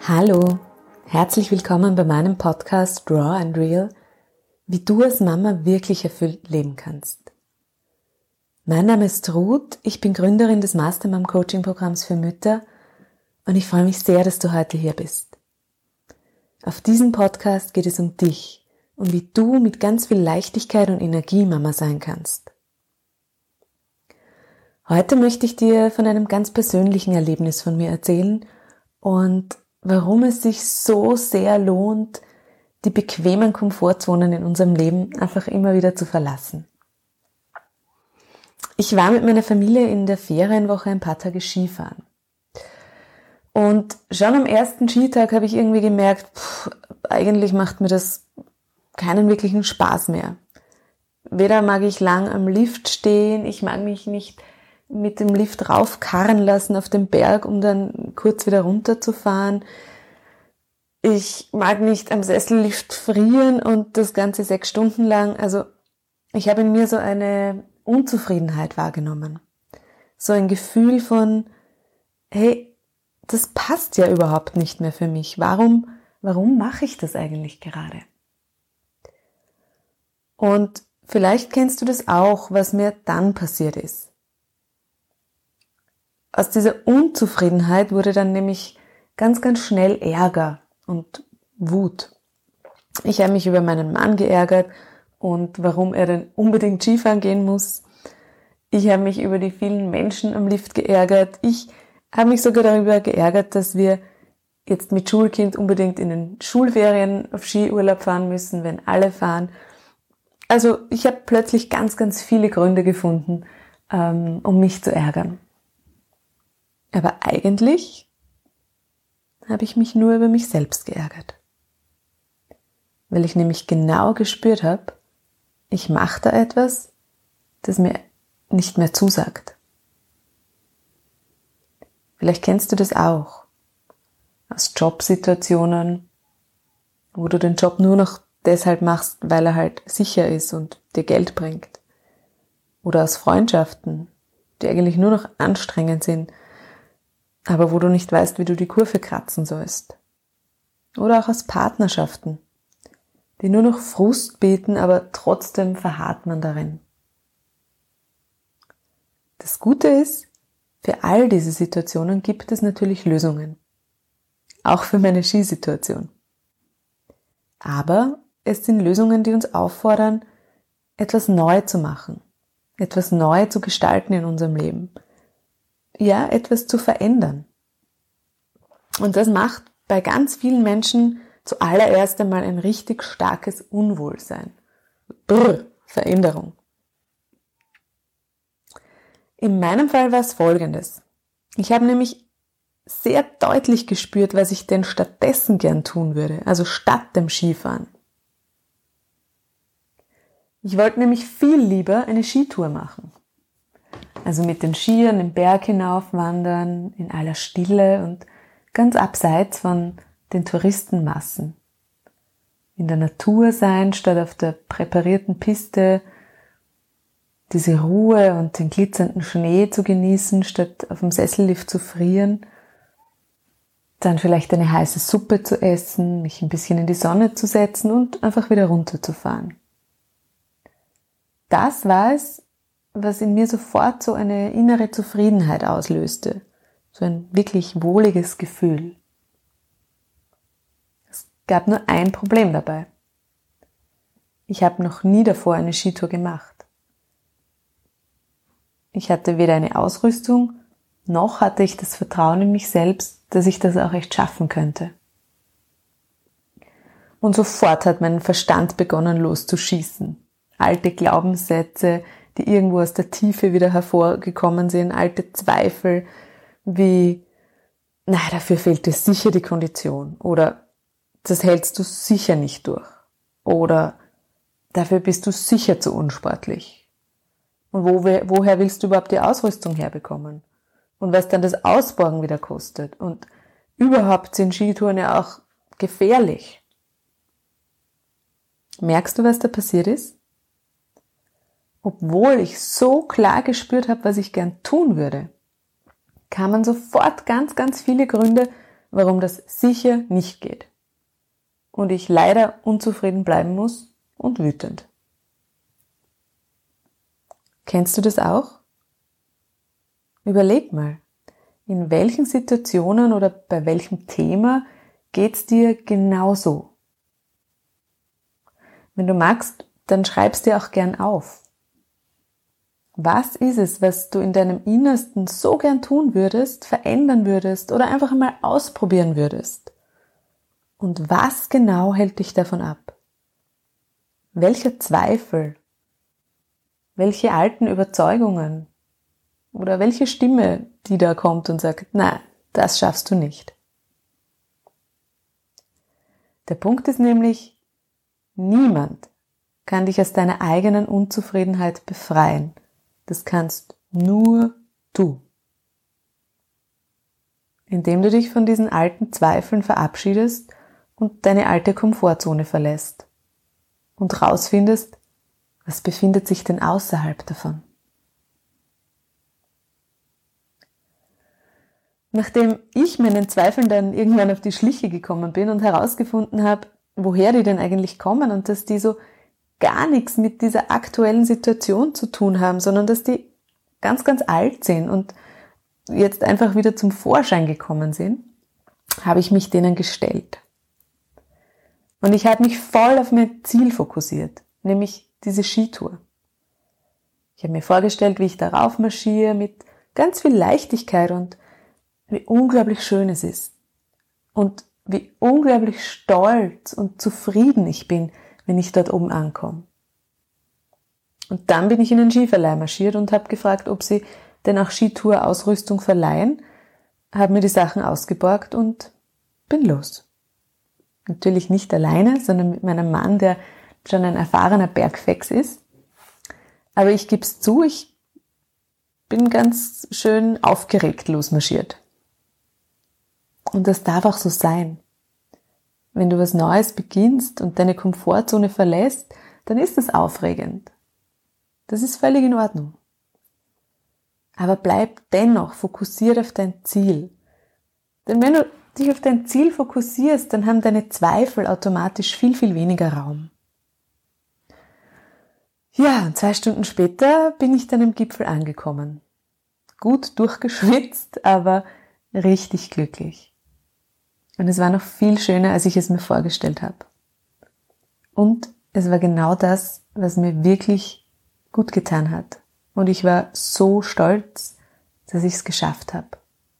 Hallo, herzlich willkommen bei meinem Podcast Raw and Real, wie du als Mama wirklich erfüllt leben kannst. Mein Name ist Ruth, ich bin Gründerin des Mastermom Coaching Programms für Mütter und ich freue mich sehr, dass du heute hier bist. Auf diesem Podcast geht es um dich und wie du mit ganz viel Leichtigkeit und Energie Mama sein kannst. Heute möchte ich dir von einem ganz persönlichen Erlebnis von mir erzählen und warum es sich so sehr lohnt, die bequemen Komfortzonen in unserem Leben einfach immer wieder zu verlassen. Ich war mit meiner Familie in der Ferienwoche ein paar Tage Skifahren. Und schon am ersten Skitag habe ich irgendwie gemerkt, eigentlich macht mir das keinen wirklichen Spaß mehr. Weder mag ich lang am Lift stehen, ich mag mich nicht mit dem Lift raufkarren lassen auf den Berg, um dann kurz wieder runterzufahren. Ich mag nicht am Sessellift frieren und das Ganze 6 Stunden lang. Also ich habe in mir so eine Unzufriedenheit wahrgenommen. So ein Gefühl von, hey, das passt ja überhaupt nicht mehr für mich. Warum mache ich das eigentlich gerade? Und vielleicht kennst du das auch, was mir dann passiert ist. Aus dieser Unzufriedenheit wurde dann nämlich ganz, ganz schnell Ärger und Wut. Ich habe mich über meinen Mann geärgert und warum er denn unbedingt Skifahren gehen muss. Ich habe mich über die vielen Menschen am Lift geärgert. Ich habe mich sogar darüber geärgert, dass wir jetzt mit Schulkind unbedingt in den Schulferien auf Skiurlaub fahren müssen, wenn alle fahren. Also ich habe plötzlich ganz, ganz viele Gründe gefunden, um mich zu ärgern. Aber eigentlich habe ich mich nur über mich selbst geärgert. Weil ich nämlich genau gespürt habe, ich mache da etwas, das mir nicht mehr zusagt. Vielleicht kennst du das auch. Aus Jobsituationen, wo du den Job nur noch deshalb machst, weil er halt sicher ist und dir Geld bringt. Oder aus Freundschaften, die eigentlich nur noch anstrengend sind, aber wo du nicht weißt, wie du die Kurve kratzen sollst. Oder auch aus Partnerschaften, die nur noch Frust bieten, aber trotzdem verharrt man darin. Das Gute ist, für all diese Situationen gibt es natürlich Lösungen. Auch für meine Skisituation. Aber es sind Lösungen, die uns auffordern, etwas neu zu machen, etwas neu zu gestalten in unserem Leben. Ja, etwas zu verändern. Und das macht bei ganz vielen Menschen zuallererst einmal ein richtig starkes Unwohlsein. Veränderung. In meinem Fall war es Folgendes. Ich habe nämlich sehr deutlich gespürt, was ich denn stattdessen gern tun würde, also statt dem Skifahren. Ich wollte nämlich viel lieber eine Skitour machen. Also mit den Skiern den Berg hinaufwandern, in aller Stille und ganz abseits von den Touristenmassen. In der Natur sein, statt auf der präparierten Piste, diese Ruhe und den glitzernden Schnee zu genießen, statt auf dem Sessellift zu frieren. Dann vielleicht eine heiße Suppe zu essen, mich ein bisschen in die Sonne zu setzen und einfach wieder runterzufahren. Das war es, was in mir sofort so eine innere Zufriedenheit auslöste. So ein wirklich wohliges Gefühl. Es gab nur ein Problem dabei. Ich habe noch nie davor eine Skitour gemacht. Ich hatte weder eine Ausrüstung, noch hatte ich das Vertrauen in mich selbst, dass ich das auch echt schaffen könnte. Und sofort hat mein Verstand begonnen loszuschießen. Alte Glaubenssätze, die irgendwo aus der Tiefe wieder hervorgekommen sind, alte Zweifel, wie, dafür fehlt dir sicher die Kondition, oder das hältst du sicher nicht durch, oder dafür bist du sicher zu unsportlich. Und woher willst du überhaupt die Ausrüstung herbekommen? Und was dann das Ausborgen wieder kostet. Und überhaupt sind Skitouren ja auch gefährlich. Merkst du, was da passiert ist? Obwohl ich so klar gespürt habe, was ich gern tun würde, kamen sofort ganz, ganz viele Gründe, warum das sicher nicht geht. Und ich leider unzufrieden bleiben muss und wütend. Kennst du das auch? Überleg mal, in welchen Situationen oder bei welchem Thema geht's dir genauso? Wenn du magst, dann schreib's dir auch gern auf. Was ist es, was du in deinem Innersten so gern tun würdest, verändern würdest oder einfach einmal ausprobieren würdest? Und was genau hält dich davon ab? Welcher Zweifel? Welche alten Überzeugungen? Oder welche Stimme, die da kommt und sagt, nein, das schaffst du nicht? Der Punkt ist nämlich, niemand kann dich aus deiner eigenen Unzufriedenheit befreien. Das kannst nur du. Indem du dich von diesen alten Zweifeln verabschiedest und deine alte Komfortzone verlässt und rausfindest, was befindet sich denn außerhalb davon. Nachdem ich meinen Zweifeln dann irgendwann auf die Schliche gekommen bin und herausgefunden habe, woher die denn eigentlich kommen und dass die so gar nichts mit dieser aktuellen Situation zu tun haben, sondern dass die ganz, ganz alt sind und jetzt einfach wieder zum Vorschein gekommen sind, habe ich mich denen gestellt. Und ich habe mich voll auf mein Ziel fokussiert, nämlich diese Skitour. Ich habe mir vorgestellt, wie ich darauf marschiere mit ganz viel Leichtigkeit und wie unglaublich schön es ist. Und wie unglaublich stolz und zufrieden ich bin, wenn ich dort oben ankomme. Und dann bin ich in den Skiverleih marschiert und habe gefragt, ob sie denn auch Skitour-Ausrüstung verleihen, habe mir die Sachen ausgeborgt und bin los. Natürlich nicht alleine, sondern mit meinem Mann, der schon ein erfahrener Bergfex ist. Aber ich gebe es zu, ich bin ganz schön aufgeregt losmarschiert. Und das darf auch so sein. Wenn du was Neues beginnst und deine Komfortzone verlässt, dann ist das aufregend. Das ist völlig in Ordnung. Aber bleib dennoch fokussiert auf dein Ziel. Denn wenn du dich auf dein Ziel fokussierst, dann haben deine Zweifel automatisch viel, viel weniger Raum. Ja, und 2 Stunden später bin ich dann am Gipfel angekommen. Gut durchgeschwitzt, aber richtig glücklich. Und es war noch viel schöner, als ich es mir vorgestellt habe. Und es war genau das, was mir wirklich gut getan hat. Und ich war so stolz, dass ich es geschafft habe.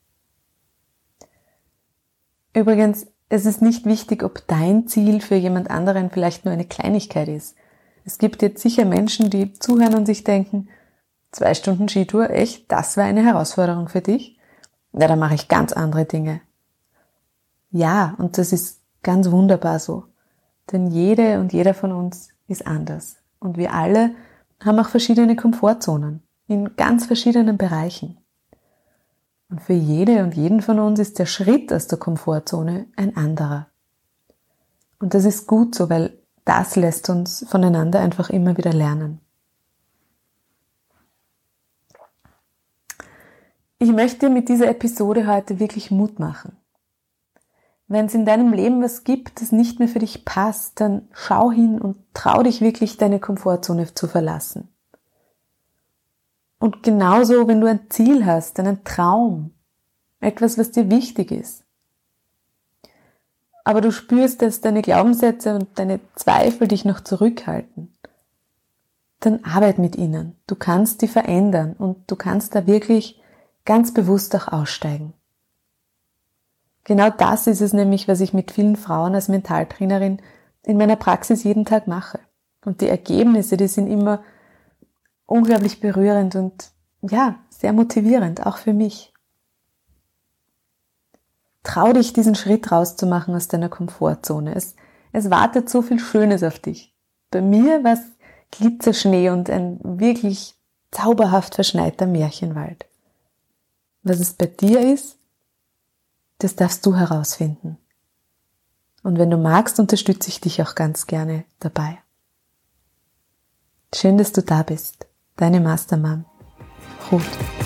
Übrigens, es ist nicht wichtig, ob dein Ziel für jemand anderen vielleicht nur eine Kleinigkeit ist. Es gibt jetzt sicher Menschen, die zuhören und sich denken, 2 Stunden Skitour, echt, das war eine Herausforderung für dich? Ja, da mache ich ganz andere Dinge. Ja, und das ist ganz wunderbar so. Denn jede und jeder von uns ist anders. Und wir alle haben auch verschiedene Komfortzonen in ganz verschiedenen Bereichen. Und für jede und jeden von uns ist der Schritt aus der Komfortzone ein anderer. Und das ist gut so, weil das lässt uns voneinander einfach immer wieder lernen. Ich möchte dir mit dieser Episode heute wirklich Mut machen. Wenn es in deinem Leben was gibt, das nicht mehr für dich passt, dann schau hin und trau dich wirklich, deine Komfortzone zu verlassen. Und genauso, wenn du ein Ziel hast, einen Traum, etwas, was dir wichtig ist, aber du spürst, dass deine Glaubenssätze und deine Zweifel dich noch zurückhalten, dann arbeit mit ihnen. Du kannst die verändern und du kannst da wirklich ganz bewusst auch aussteigen. Genau das ist es nämlich, was ich mit vielen Frauen als Mentaltrainerin in meiner Praxis jeden Tag mache. Und die Ergebnisse, die sind immer unglaublich berührend und ja, sehr motivierend, auch für mich. Trau dich, diesen Schritt rauszumachen aus deiner Komfortzone. Es wartet so viel Schönes auf dich. Bei mir war es Glitzerschnee und ein wirklich zauberhaft verschneiter Märchenwald. Was es bei dir ist, das darfst du herausfinden. Und wenn du magst, unterstütze ich dich auch ganz gerne dabei. Schön, dass du da bist. Deine Mastermom, Ruth.